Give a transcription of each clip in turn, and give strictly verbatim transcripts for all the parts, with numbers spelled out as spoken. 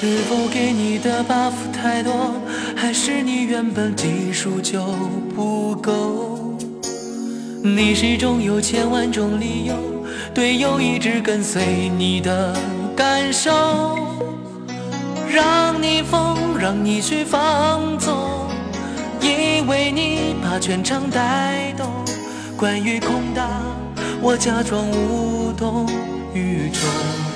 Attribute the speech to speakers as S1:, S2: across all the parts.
S1: 是否给你的 buff 太多，还是你原本技术就不够？你始终有千万种理由，队友一直跟随你的感受，让你疯，让你去放纵，以为你把全场带动。关于空档，我假装无动于衷。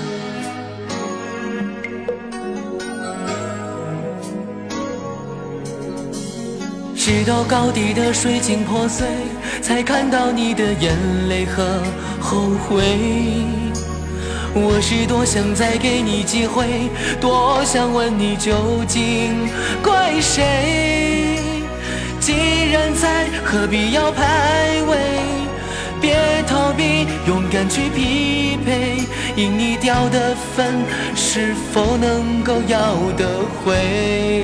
S1: 直到高低的水晶破碎，才看到你的眼泪和后悔。我是多想再给你机会，多想问你究竟怪谁？既然在，何必要排位？别逃避，勇敢去匹配，因你掉的分是否能够要得回？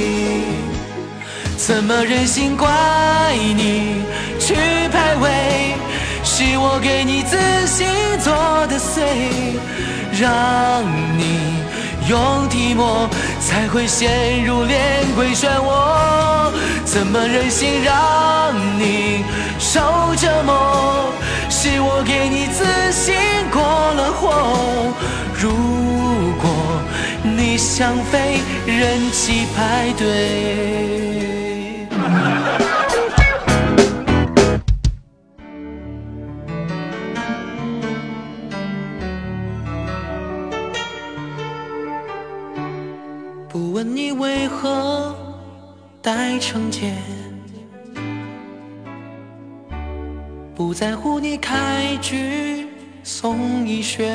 S1: 怎么忍心怪你去排位？是我给你自信做的碎，让你用体膜才会陷入连规漩涡。怎么忍心让你受折磨？是我给你自信过了火。如果你想飞，人气排队。不问你为何待成茧，不在乎你开局送一血，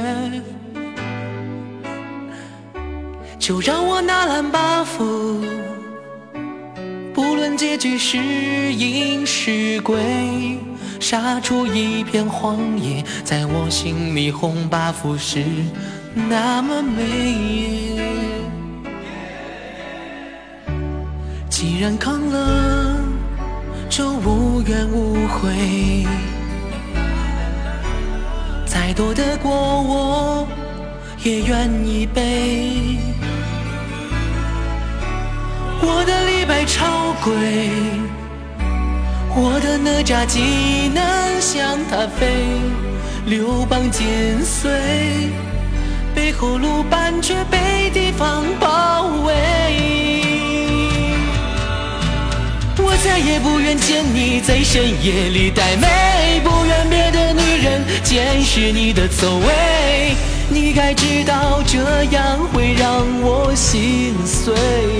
S1: 就让我拿蓝 buff， 不论结局是赢是亏，杀出一片荒野，在我心里红 buff 是那么美。既然扛了，就无怨无悔，再多的锅我也愿意背。我的李白超贵，我的哪吒技能向他飞，刘邦剪碎，背后路伴却被敌方包围。我再也不愿见你在深夜里暧昧，不愿别的女人见识你的走位，你该知道这样会让我心碎。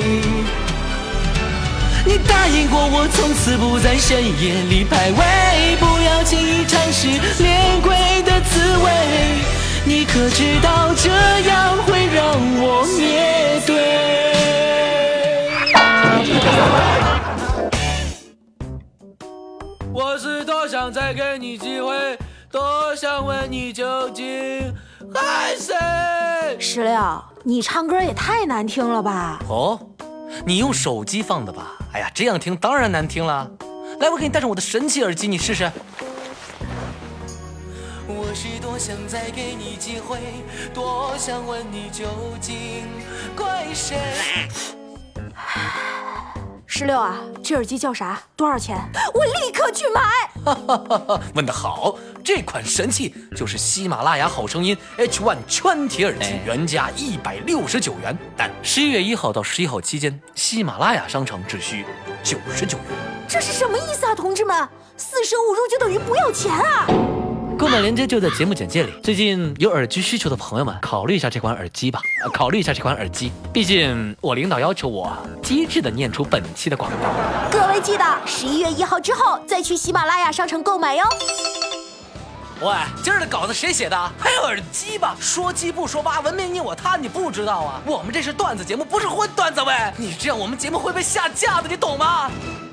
S1: 你答应过我从此不在深夜里排位，不要轻易尝试连规的滋味，你可知道这样会让我灭队？我是多想再给你机会，多想问你究竟爱谁？
S2: 石榴，你唱歌也太难听了吧？
S1: 哦，你用手机放的吧？哎呀，这样听当然难听了。来，我给你戴上我的神奇耳机，你试试。我是多想再给你机会，多想问你究竟怪谁？
S2: 石榴啊，这耳机叫啥？多少钱？我立刻去买。
S1: 问得好，这款神器就是喜马拉雅好声音 H 一 圈铁耳机，原价一百六十九元，但十一月一号到十一号期间，喜马拉雅商城只需九十九元。
S2: 这是什么意思啊，同志们？四舍五入就等于不要钱啊！
S1: 购买链接就在节目简介里。最近有耳机需求的朋友们，考虑一下这款耳机吧。呃、考虑一下这款耳机，毕竟我领导要求我机智的念出本期的广告。
S2: 各位记得十一月一号之后再去喜马拉雅商城购买哟。
S1: 喂，今儿的稿子谁写的？还有耳机吧？说鸡不说八，文明你我他，你不知道啊？我们这是段子节目，不是荤段子喂！你这样我们节目会被下架的，你懂吗？